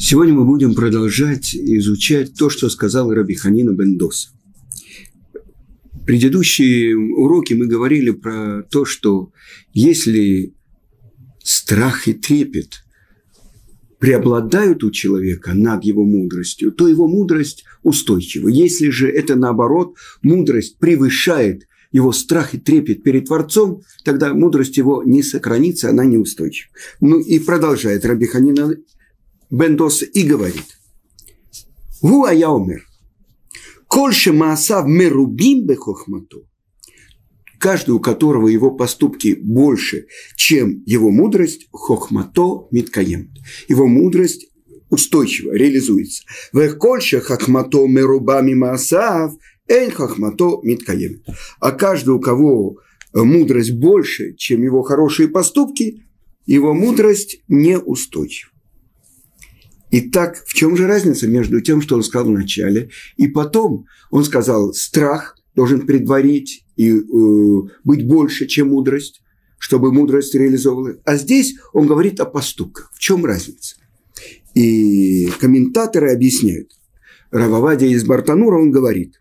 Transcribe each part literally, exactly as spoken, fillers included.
Сегодня мы будем продолжать изучать то, что сказал Раби Ханина бен Доса. В предыдущие уроки мы говорили про то, что если страх и трепет преобладают у человека над его мудростью, то его мудрость устойчива. Если же это наоборот, мудрость превышает его страх и трепет перед Творцом, тогда мудрость его не сохранится, она неустойчива. Ну и продолжает Раби Ханина бен Доса и говорит: «Гу аяомер, кольше маасав мерубим бехохмату». Каждый, у которого его поступки больше, чем его мудрость, хохмато миткаем. Его мудрость устойчиво реализуется. Вех кольше хохмато мерубами маасав, эйн хохмато миткаем. А каждый, у кого мудрость больше, чем его хорошие поступки, его мудрость неустойчива. Итак, в чем же разница между тем, что он сказал в начале, и потом он сказал, страх должен предварить и э, быть больше, чем мудрость, чтобы мудрость реализовывалась. А здесь он говорит о поступках. В чем разница? И комментаторы объясняют. Рав Овадия из Бартанура, он говорит,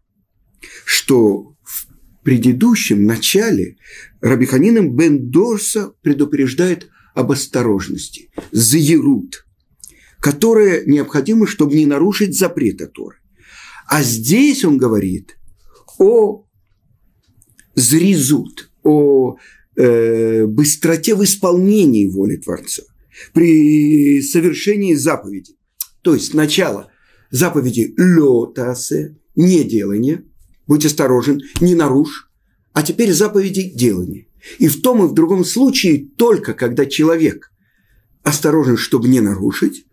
что в предыдущем начале Раби Ханина бен Доса предупреждает об осторожности, заирут, которое необходимо, чтобы не нарушить запрета Торы. А здесь он говорит о зризут, о э, быстроте в исполнении воли Творца при совершении заповеди. То есть сначала заповеди ло таасе, не делание, будь осторожен, не нарушь, а теперь заповеди делания. И в том и в другом случае только когда человек осторожен, чтобы не нарушить,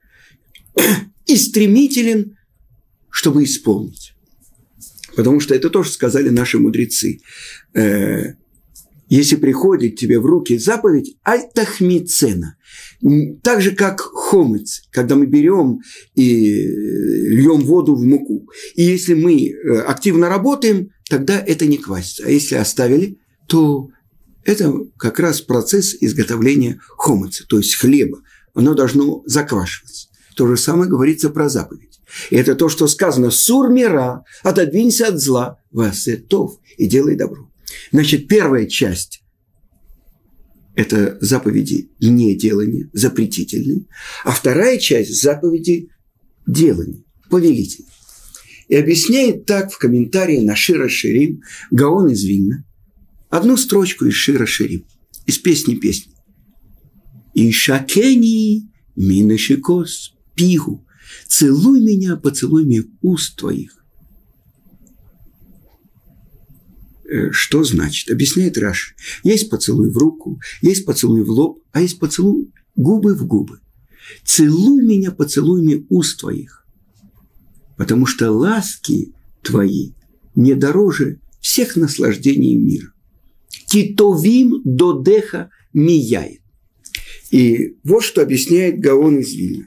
и стремителен, чтобы исполнить. Потому что это тоже сказали наши мудрецы. Э, если приходит тебе в руки заповедь, аль-тахмицена, так же, как хомец, когда мы берем и льем воду в муку. И если мы активно работаем, тогда это не квасится. А если оставили, то это как раз процесс изготовления хомеца, то есть хлеба. Оно должно заквашиваться. То же самое говорится про заповедь. И это то, что сказано: «Сур мира, отодвинься от зла, васе тов, и делай добро». Значит, первая часть – это заповеди неделания, запретительные, а вторая часть – заповеди делания, повелительные. И объясняет так в комментарии на Шир ха-Ширим Гаон из Вильна одну строчку из Шир ха-Ширим, из песни песни. «Ишакени минешикос пигу, целуй меня поцелуями уст твоих». Что значит? Объясняет Раши. Есть поцелуй в руку, есть поцелуй в лоб, а есть поцелуй губы в губы. Целуй меня поцелуями уст твоих, потому что ласки твои не дороже всех наслаждений мира. Китовим додеха мияет. И вот что объясняет Гаон из Вильна.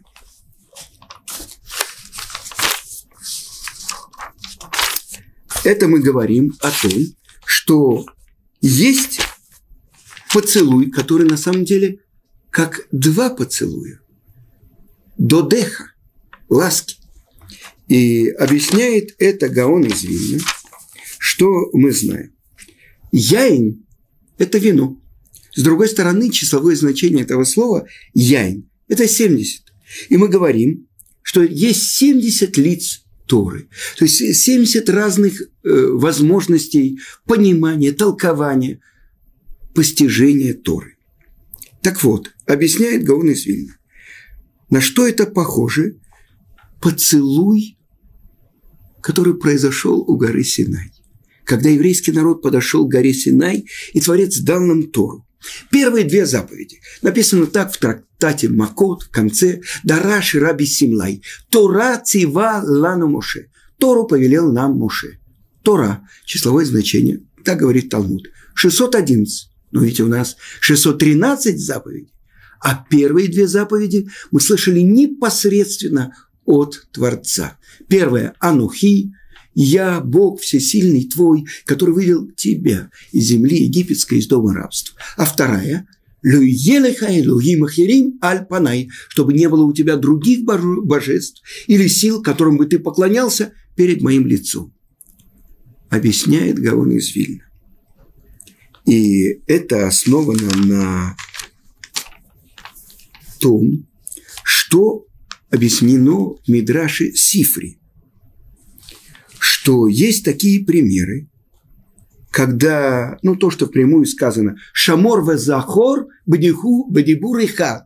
Это мы говорим о том, что есть поцелуй, который на самом деле как два поцелуя. Додеха, ласки. И объясняет это Гаон из Вильна, что мы знаем. Яин – это вино. С другой стороны, числовое значение этого слова яин – это семьдесят. И мы говорим, что есть семьдесят лиц Торы. То есть семьдесят разных э, возможностей понимания, толкования, постижения Торы. Так вот, объясняет Гаон из Вильна, на что это похоже? Поцелуй, который произошел у горы Синай. Когда еврейский народ подошел к горе Синай, и Творец дал нам Тору. Первые две заповеди. Написано так в трактате Макот, в конце: «Дараши раби Симлай, Тора цива лану Моше». Тору повелел нам Моше. Тора, числовое значение, так говорит Талмуд, шестьсот одиннадцать. Но ведь у нас шестьсот тринадцать заповедей. А первые две заповеди мы слышали непосредственно от Творца. Первая – Анухи, «Я, Бог всесильный твой, который вывел тебя из земли египетской, из дома рабства». А вторая чтобы не было у тебя других божеств или сил, которым бы ты поклонялся перед моим лицом. Объясняет Гаон из Вильна. И это основано на том, что объяснено в Мидраше Сифри, что есть такие примеры, когда, ну, то, что впрямую сказано, «Шамор везахор бдиху бдибур и хат».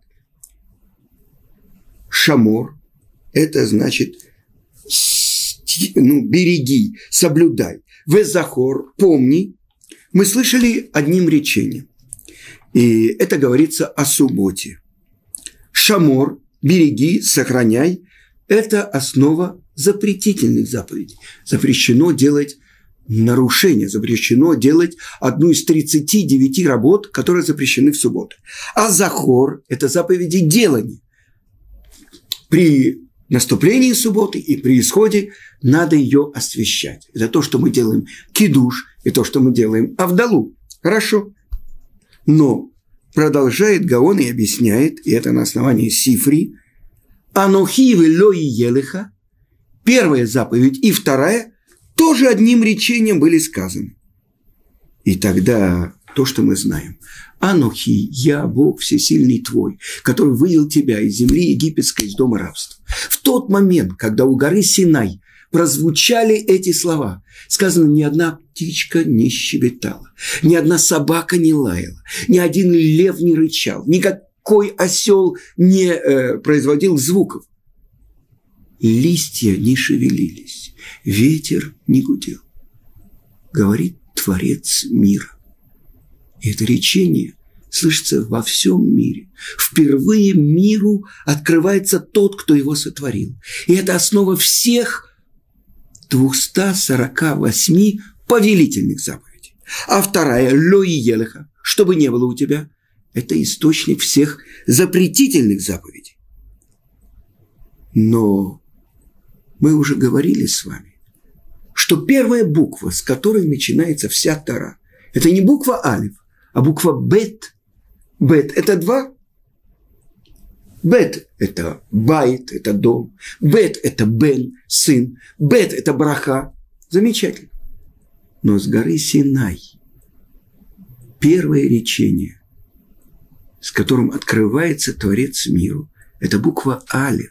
Шамор – это значит, ну, береги, соблюдай. Везахор – помни. Мы слышали одним речением. И это говорится о субботе. Шамор – береги, сохраняй – это основа запретительных заповедей. Запрещено делать нарушение, запрещено делать одну из тридцати девяти работ, которые запрещены в субботу. А захор – это заповеди делания. При наступлении субботы и при исходе надо ее освящать. Это то, что мы делаем кидуш, и то, что мы делаем авдалу. Хорошо. Но продолжает Гаон и объясняет, и это на основании Сифри, «Анохи велой елеха», первая заповедь и вторая тоже одним речением были сказаны. И тогда то, что мы знаем. «Анохи, я Бог всесильный твой, который вывел тебя из земли египетской, из дома рабства». В тот момент, когда у горы Синай прозвучали эти слова, сказано, ни одна птичка не щебетала, ни одна собака не лаяла, ни один лев не рычал, никакой осел не э, производил звуков. Листья не шевелились, ветер не гудел. Говорит Творец мира. И это речение слышится во всем мире. Впервые миру открывается тот, кто его сотворил. И это основа всех двухсот сорока восьми повелительных заповедей. А вторая, лои елеха, чтобы не было у тебя, это источник всех запретительных заповедей. Но мы уже говорили с вами, что первая буква, с которой начинается вся Тора, это не буква Алиф, а буква Бет. Бет – это два. Бет – это байт, это дом. Бет – это бен, сын. Бет – это браха. Замечательно. Но с горы Синай первое речение, с которым открывается Творец миру, это буква Алиф.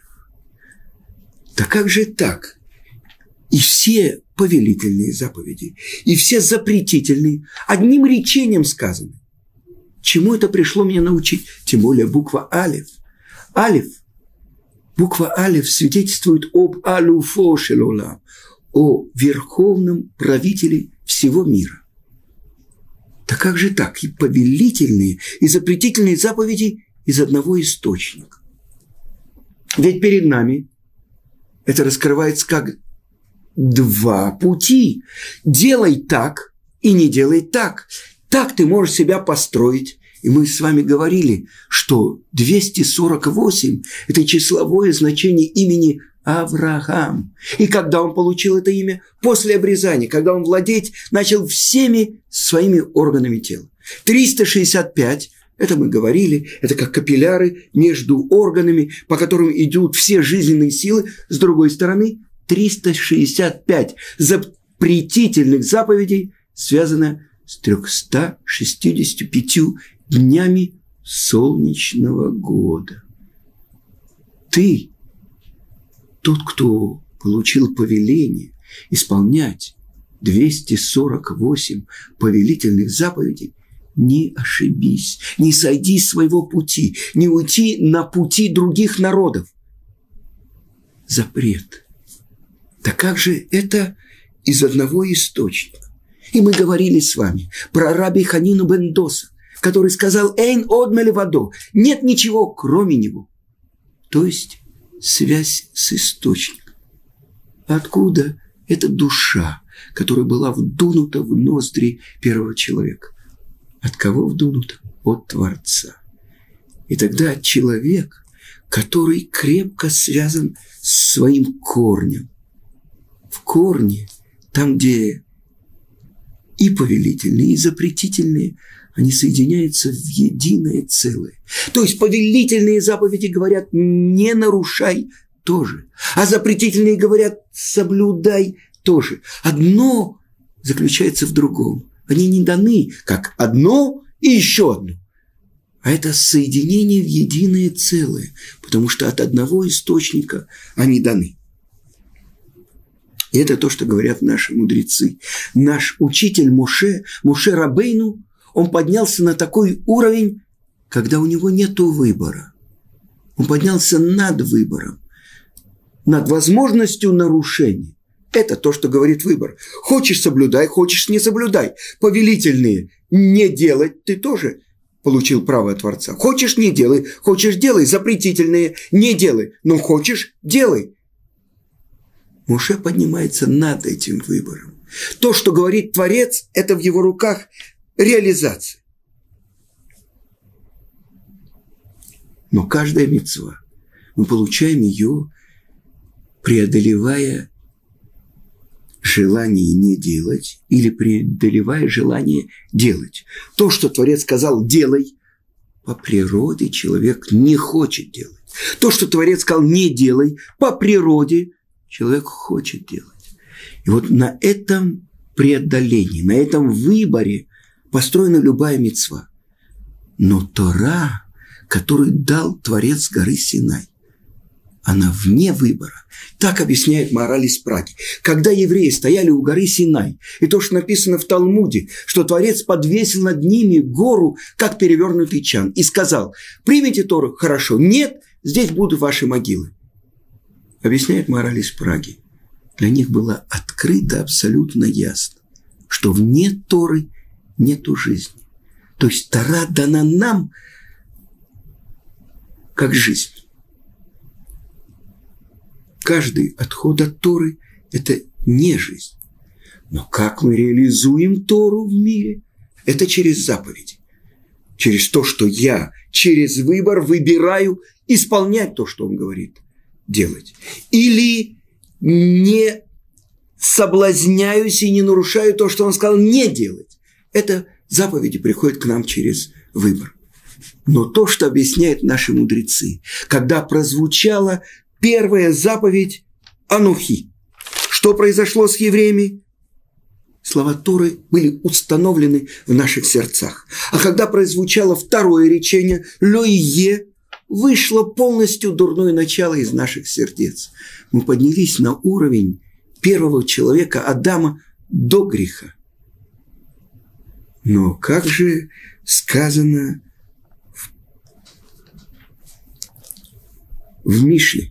Да как же так? И все повелительные заповеди, и все запретительные одним речением сказаны. Чему это пришло меня научить? Тем более буква Алиф. Алиф. Буква Алиф свидетельствует об алуфо шелолам, о верховном правителе всего мира. Да как же так? И повелительные, и запретительные заповеди из одного источника. Ведь перед нами это раскрывается как два пути. Делай так и не делай так. Так ты можешь себя построить. И мы с вами говорили, что двести сорок восемь – это числовое значение имени Авраам. И когда он получил это имя? После обрезания, когда он владеть начал всеми своими органами тела. триста шестьдесят пять – это мы говорили, это как капилляры между органами, по которым идут все жизненные силы. С другой стороны, триста шестьдесят пять запретительных заповедей связано с тремястами шестьюдесятью пятью днями солнечного года. Ты, тот, кто получил повеление исполнять двести сорок восемь повелительных заповедей, не ошибись, не сойди с своего пути, не уйти на пути других народов. Запрет. Да как же это из одного источника? И мы говорили с вами про раби Ханину бен Доса, который сказал «Эйн одмеле вадо» – нет ничего, кроме него. То есть связь с источником. Откуда эта душа, которая была вдунута в ноздри первого человека? От кого вдунута? От Творца. И тогда человек, который крепко связан с своим корнем. В корне, там, где и повелительные, и запретительные, они соединяются в единое целое. То есть повелительные заповеди говорят «не нарушай» тоже, а запретительные говорят «соблюдай» тоже. Одно заключается в другом. Они не даны как одно и еще одно. А это соединение в единое целое, потому что от одного источника они даны. И это то, что говорят наши мудрецы. Наш учитель Моше, Моше Рабейну, он поднялся на такой уровень, когда у него нет выбора. Он поднялся над выбором, над возможностью нарушения. Это то, что говорит выбор. Хочешь – соблюдай, хочешь – не соблюдай. Повелительные не делать ты тоже получил право от Творца. Хочешь – не делай, хочешь – делай. Запретительные не делай, но хочешь – делай. Моше поднимается над этим выбором. То, что говорит Творец, это в его руках реализация. Но каждая мицва, мы получаем ее, преодолевая желание не делать или преодолевая желание делать. То, что Творец сказал «делай», по природе человек не хочет делать. То, что Творец сказал «не делай», по природе человек хочет делать. И вот на этом преодолении, на этом выборе построена любая мицва. Но Тора, которую дал Творец горы Синай, она вне выбора. Так объясняет Маораль из Праги. Когда евреи стояли у горы Синай, и то, что написано в Талмуде, что Творец подвесил над ними гору, как перевернутый чан, и сказал: примите Тору, хорошо, нет, здесь будут ваши могилы. Объясняет Маораль из Праги. Для них было открыто абсолютно ясно, что вне Торы нету жизни. То есть Тора дана нам как жизнь. Каждый отход от Торы – это не жизнь. Но как мы реализуем Тору в мире? Это через заповеди. Через то, что я через выбор выбираю исполнять то, что он говорит делать. Или не соблазняюсь и не нарушаю то, что он сказал не делать. Это заповеди приходят к нам через выбор. Но то, что объясняют наши мудрецы, когда прозвучала первая заповедь Анухи, что произошло с евреями? Слова Торы были установлены в наших сердцах. А когда прозвучало второе речение «Ло-Ие», вышло полностью дурное начало из наших сердец. Мы поднялись на уровень первого человека Адама до греха. Но как же сказано в Мишле?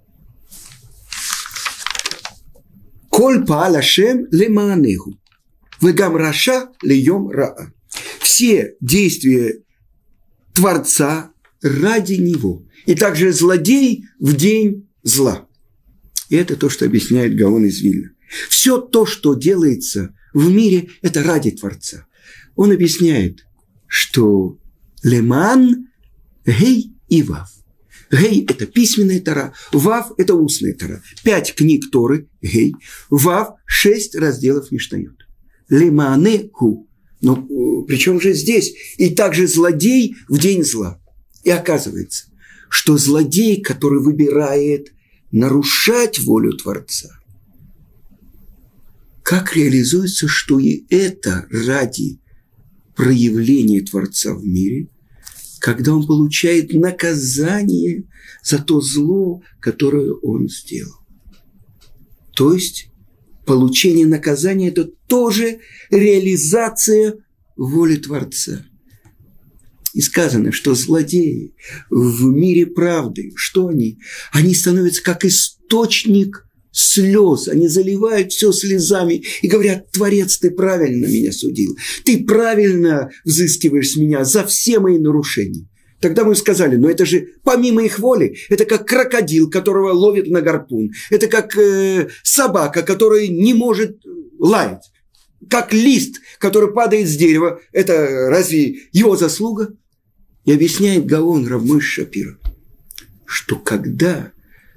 «Коль пааль Ашем лемаанеху, вегам раша лейом раа». Все действия Творца ради него, и также злодей в день зла. И это то, что объясняет Гаон из Вильна. Все то, что делается в мире, это ради Творца. Он объясняет, что леман, гей и вав. Гей – это письменная Тора, вав – это устная Тора. Пять книг Торы, гей, вав – шесть разделов Мишнайот. Лемаанеху. Но причем же здесь? И также злодей в день зла. И оказывается, что злодей, который выбирает нарушать волю Творца, как реализуется, что и это ради проявления Творца в мире, когда он получает наказание за то зло, которое он сделал. То есть получение наказания – это тоже реализация воли Творца. И сказано, что злодеи в мире правды, что они? Они становятся как источник слез. Они заливают все слезами и говорят: Творец, ты правильно меня судил. Ты правильно взыскиваешь с меня за все мои нарушения. Тогда мы сказали: но это же помимо их воли. Это как крокодил, которого ловит на гарпун. Это как э, собака, которая не может лаять. Как лист, который падает с дерева. Это разве его заслуга? И объясняет Гаон Рав Мойше Шапиро, что когда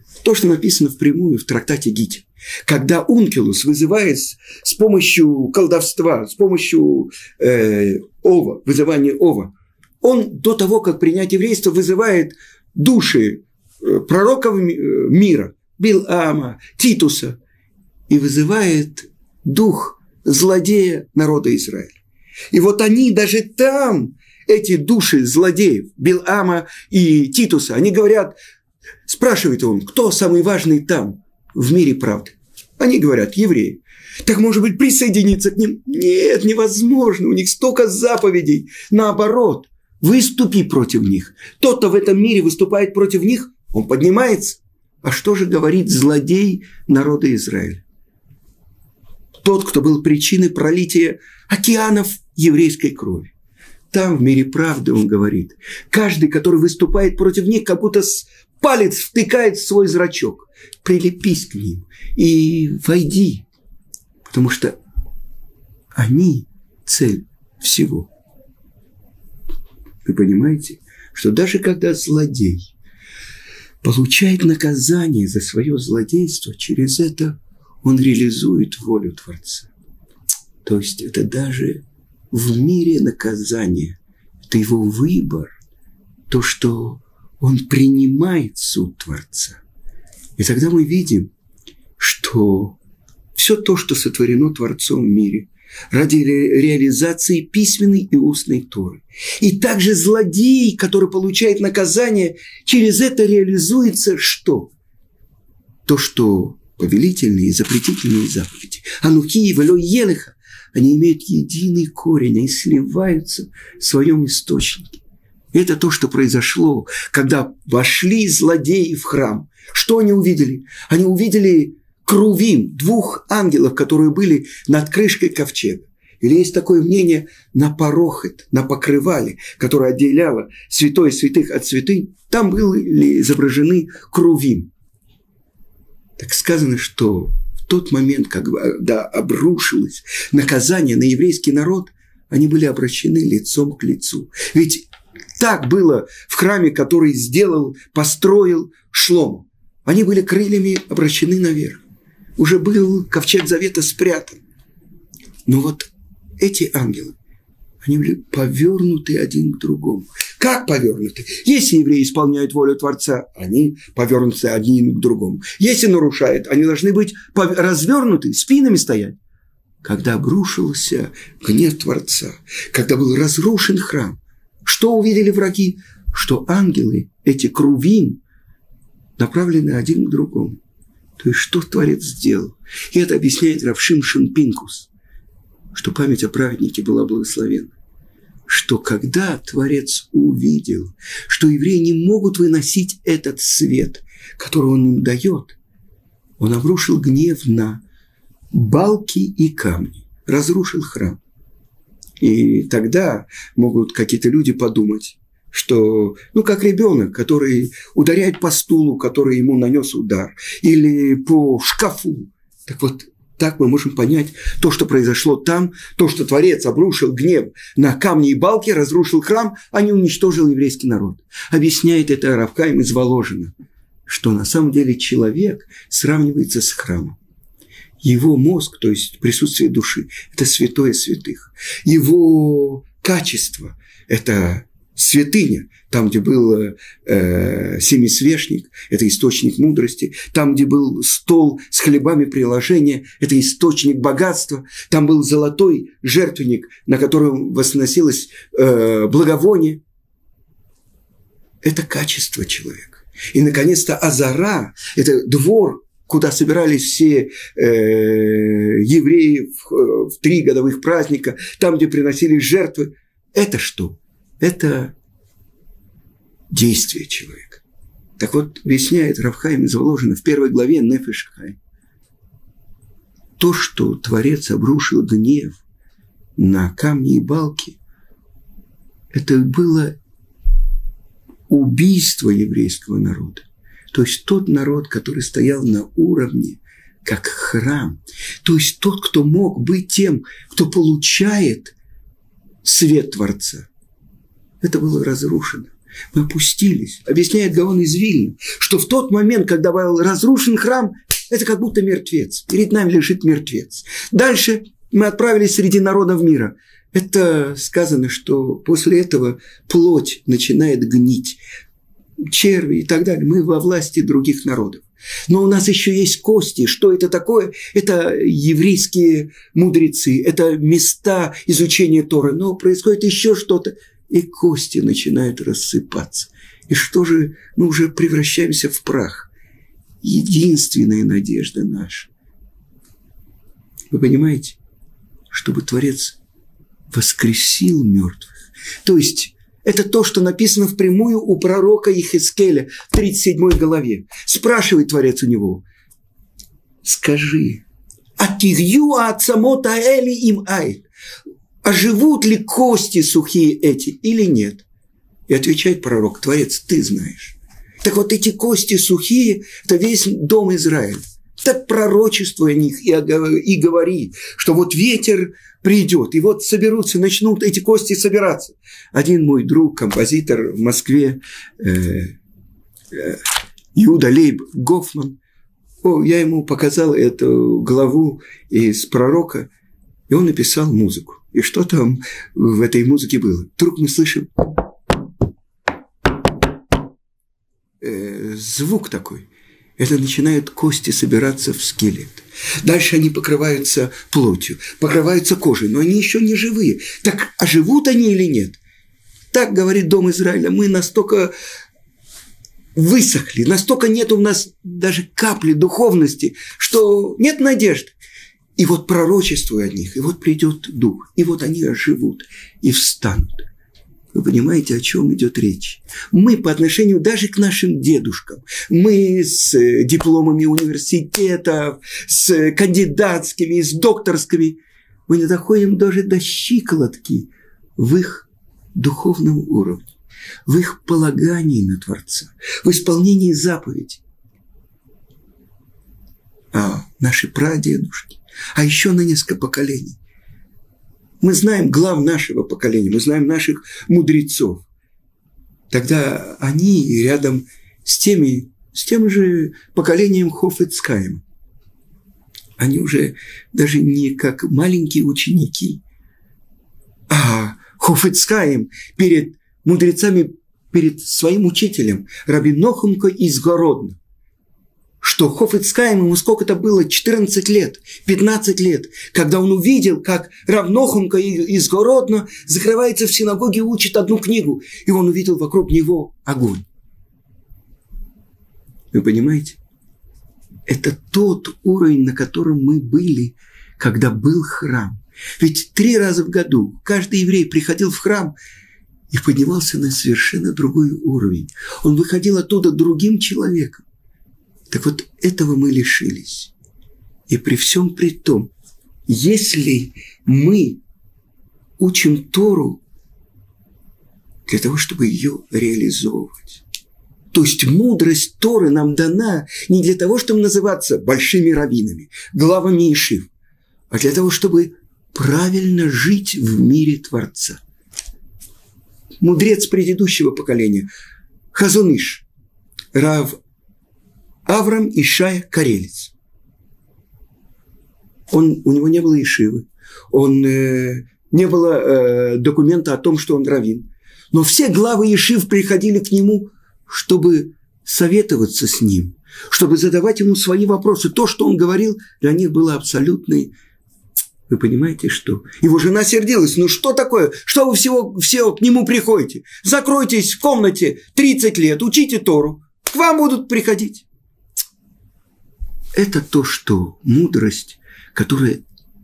То, что написано впрямую в трактате Гите. Когда Ункилус вызывает с помощью колдовства, с помощью э, ова, вызывания ова, он до того, как принять еврейство, вызывает души э, пророков мира, Билама, Титуса, и вызывает дух злодея народа Израиля. И вот они даже там, эти души злодеев, Билама и Титуса, они говорят, спрашивает он, кто самый важный там, в мире правды? Они говорят, евреи. Так, может быть, присоединиться к ним? Нет, невозможно, у них столько заповедей. Наоборот, выступи против них. Тот, кто в этом мире выступает против них, он поднимается. А что же говорит злодей народа Израиля? Тот, кто был причиной пролития океанов еврейской крови. Там, в мире правды, он говорит, каждый, который выступает против них, как будто палец втыкает в свой зрачок. Прилепись к ним и войди, потому что они цель всего. Вы понимаете, что даже когда злодей получает наказание за свое злодейство, через это он реализует волю Творца. То есть это даже в мире наказания, это его выбор, то, что он принимает суд Творца. И тогда мы видим, что все то, что сотворено Творцом в мире, ради ре- реализации письменной и устной Торы. И также злодей, который получает наказание, через это реализуется что? То, что повелительные и запретительные заповеди, анухи, вело елеха, они имеют единый корень, они сливаются в своем источнике. Это то, что произошло, когда вошли злодеи в храм. Что они увидели? Они увидели крувим, двух ангелов, которые были над крышкой ковчега. Или есть такое мнение на парохет, на покрывале, которое отделяло святое святых от святынь, там были изображены крувим. Так сказано, что в тот момент, когда обрушилось наказание на еврейский народ, они были обращены лицом к лицу. Ведь так было в храме, который сделал, построил Шломо. Они были крыльями обращены наверх. Уже был ковчег завета спрятан. Но вот эти ангелы, они были повернуты один к другому. Как повернуты? Если евреи исполняют волю Творца, они повернуты один к другому. Если нарушают, они должны быть развернуты, спинами стоять. Когда обрушился гнев Творца, когда был разрушен храм, что увидели враги? Что ангелы, эти крувим, направлены один к другому. То есть, что Творец сделал? И это объясняет рав Шимшон Пинкус, что память о праведнике была благословенна. Что когда Творец увидел, что евреи не могут выносить этот свет, который он им дает, он обрушил гнев на балки и камни, разрушил храм. И тогда могут какие-то люди подумать, что, ну, как ребенок, который ударяет по стулу, который ему нанес удар, или по шкафу. Так вот, так мы можем понять то, что произошло там, то, что Творец обрушил гнев на камни и балки, разрушил храм, а не уничтожил еврейский народ. Объясняет это рав Хаим из Воложина, что на самом деле человек сравнивается с храмом. Его мозг, то есть присутствие души, это святое святых. Его качество – это святыня, там, где был э, семисвешник, это источник мудрости, там, где был стол с хлебами приложения, это источник богатства, там был золотой жертвенник, на котором возносилось э, благовоние. Это качество человека. И, наконец-то, Азара – это двор, куда собирались все э, евреи в, в три годовых праздника, там, где приносили жертвы. Это что? Это действие человека. Так вот, объясняет рав Хаим из Воложина в первой главе Нефеш Хаим. То, что Творец обрушил гнев на камни и балки, это было убийство еврейского народа. То есть тот народ, который стоял на уровне, как храм. То есть тот, кто мог быть тем, кто получает свет Творца. Это было разрушено. Мы опустились. Объясняет Гаон из Вильна, что в тот момент, когда был разрушен храм, это как будто мертвец. Перед нами лежит мертвец. Дальше мы отправились среди народов мира. Это сказано, что после этого плоть начинает гнить. Черви и так далее. Мы во власти других народов. Но у нас еще есть кости. Что это такое? Это еврейские мудрецы. Это места изучения Торы. Но происходит еще что-то. И кости начинают рассыпаться. И что же? Мы уже превращаемся в прах. Единственная надежда наша. Вы понимаете? Чтобы Творец воскресил мертвых. То есть, это то, что написано впрямую у пророка Ихескеля в тридцать седьмой главе. Спрашивает Творец у него: скажи, атирью ацамота эли им ай, а живут ли кости сухие эти или нет? И отвечает пророк: Творец, ты знаешь. Так вот эти кости сухие – это весь дом Израиля. Так пророчествуй о них и, и говори, что вот ветер придет, и вот соберутся, начнут эти кости собираться. Один мой друг, композитор в Москве, э, э, Иуда Лейб Гофман, о, я ему показал эту главу из пророка, и он написал музыку. И что там в этой музыке было? Вдруг мы слышим э, звук такой. Это начинают кости собираться в скелет. Дальше они покрываются плотью, покрываются кожей, но они еще не живые. Так, а живут они или нет? Так говорит Дом Израиля. Мы настолько высохли, настолько нет у нас даже капли духовности, что нет надежды. И вот пророчествуя о них, и вот придет Дух, и вот они оживут и встанут. Вы понимаете, о чем идет речь? Мы по отношению даже к нашим дедушкам, мы с дипломами университетов, с кандидатскими, с докторскими, мы не доходим даже до щиколотки в их духовном уровне, в их полагании на Творца, в исполнении заповедей. А наши прадедушки, а еще на несколько поколений. Мы знаем глав нашего поколения, мы знаем наших мудрецов. Тогда они рядом с теми, с тем же поколением Хофец Хаима. Они уже даже не как маленькие ученики, а Хофец Хаим перед мудрецами, перед своим учителем, Раби Нохумка из Городна. Что Хофец Хаим, ему сколько-то было, четырнадцать лет, пятнадцать лет, когда он увидел, как Рав Нохумка из Городна закрывается в синагоге и учит одну книгу, и он увидел вокруг него огонь. Вы понимаете? Это тот уровень, на котором мы были, когда был храм. Ведь три раза в году каждый еврей приходил в храм и поднимался на совершенно другой уровень. Он выходил оттуда другим человеком. Так вот, этого мы лишились. И при всем при том, если мы учим Тору для того, чтобы ее реализовывать, то есть мудрость Торы нам дана не для того, чтобы называться большими раввинами, главами ешив, а для того, чтобы правильно жить в мире Творца. Мудрец предыдущего поколения, Хазон Иш, Рав Аврам Ишай Карелец. Он, у него не было ешивы, он, э, не было э, документа о том, что он раввин. Но все главы ешив приходили к нему, чтобы советоваться с ним, чтобы задавать ему свои вопросы. То, что он говорил, для них было абсолютной. Вы понимаете, что? Его жена сердилась. Ну что такое? Что вы всего, все к нему приходите? Закройтесь в комнате тридцать лет, учите Тору. К вам будут приходить. Это то, что мудрость, которая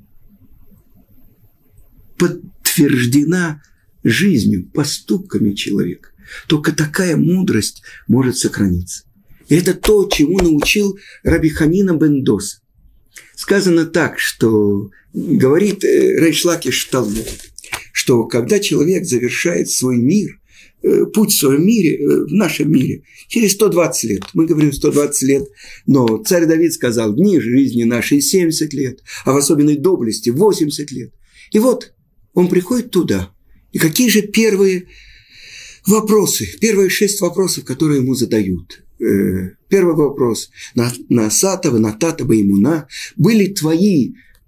подтверждена жизнью, поступками человека. Только такая мудрость может сохраниться. И это то, чему научил Раби Ханина бен Доса. Сказано так, что говорит Рейш Лакиш в Талмуде, что когда человек завершает свой мир, путь в своем мире, в нашем мире, через сто двадцать лет. Мы говорим сто двадцать лет, но царь Давид сказал, дни жизни нашей семьдесят лет, а в особенной доблести восемьдесят лет. И вот он приходит туда. И какие же первые Вопросы. Первые шесть вопросов, которые ему задают. Первый вопрос. На Сатова, на Татова, Имуна. Были твои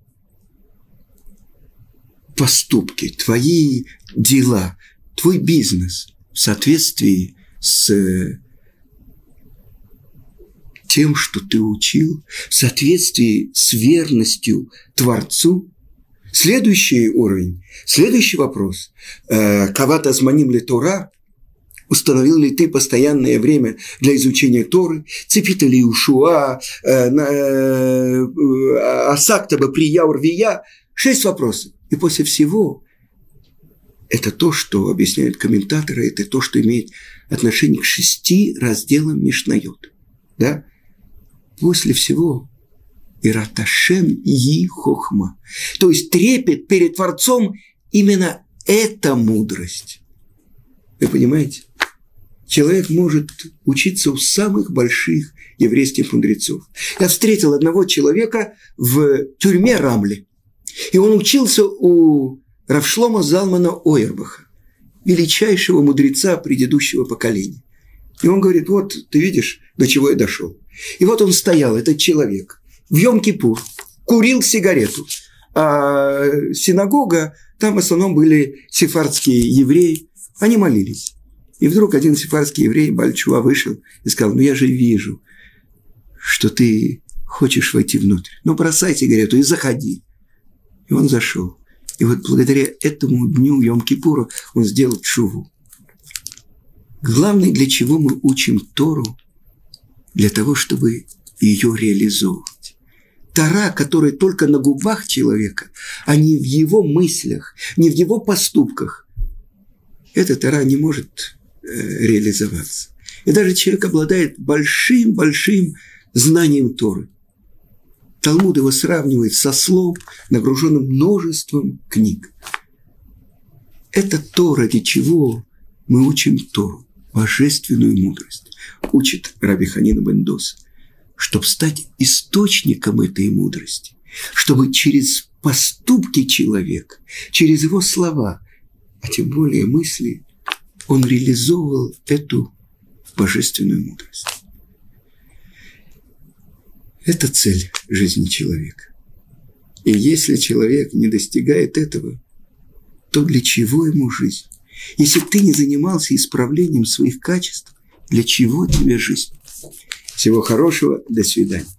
поступки, твои дела, твой бизнес в соответствии с тем, что ты учил, в соответствии с верностью Творцу? Следующий уровень, следующий вопрос. Кавата зманим ли Тора? Установил ли ты постоянное время для изучения Торы? Цепита ли Ушуа? Асактаба прияур вия? Шесть вопросов. И после всего, это то, что объясняют комментаторы, это то, что имеет отношение к шести разделам Мишнайот. Да? После всего Ират Ашем и хохма. То есть трепет перед Творцом, именно это мудрость. Вы понимаете? Человек может учиться у самых больших еврейских мудрецов. Я встретил одного человека в тюрьме Рамли. И он учился у Рав Шломо Залмана Ойербаха, величайшего мудреца предыдущего поколения. И он говорит, вот ты видишь, до чего я дошел. И вот он стоял, этот человек, в Йом-Кипур, курил сигарету. А синагога, там в основном были сефардские евреи, они молились. И вдруг один сефардский еврей, Баль-Чува, вышел и сказал, ну я же вижу, что ты хочешь войти внутрь. Ну бросай сигарету и заходи. И он зашел. И вот благодаря этому дню Йом-Кипура он сделал тшуву. Главное, для чего мы учим Тору? Для того, чтобы ее реализовывать. Тора, которая только на губах человека, а не в его мыслях, не в его поступках, эта Тора не может э, реализоваться. И даже человек обладает большим-большим знанием Торы. Талмуд его сравнивает со слом, нагруженным множеством книг. Это то, ради чего мы учим Тору, божественную мудрость. Учит Раби Ханина бен Доса, чтобы стать источником этой мудрости, чтобы через поступки человека, через его слова, а тем более мысли, он реализовывал эту божественную мудрость. Это цель жизни человека. И если человек не достигает этого, то для чего ему жизнь? Если ты не занимался исправлением своих качеств, для чего тебе жизнь? Всего хорошего, до свидания.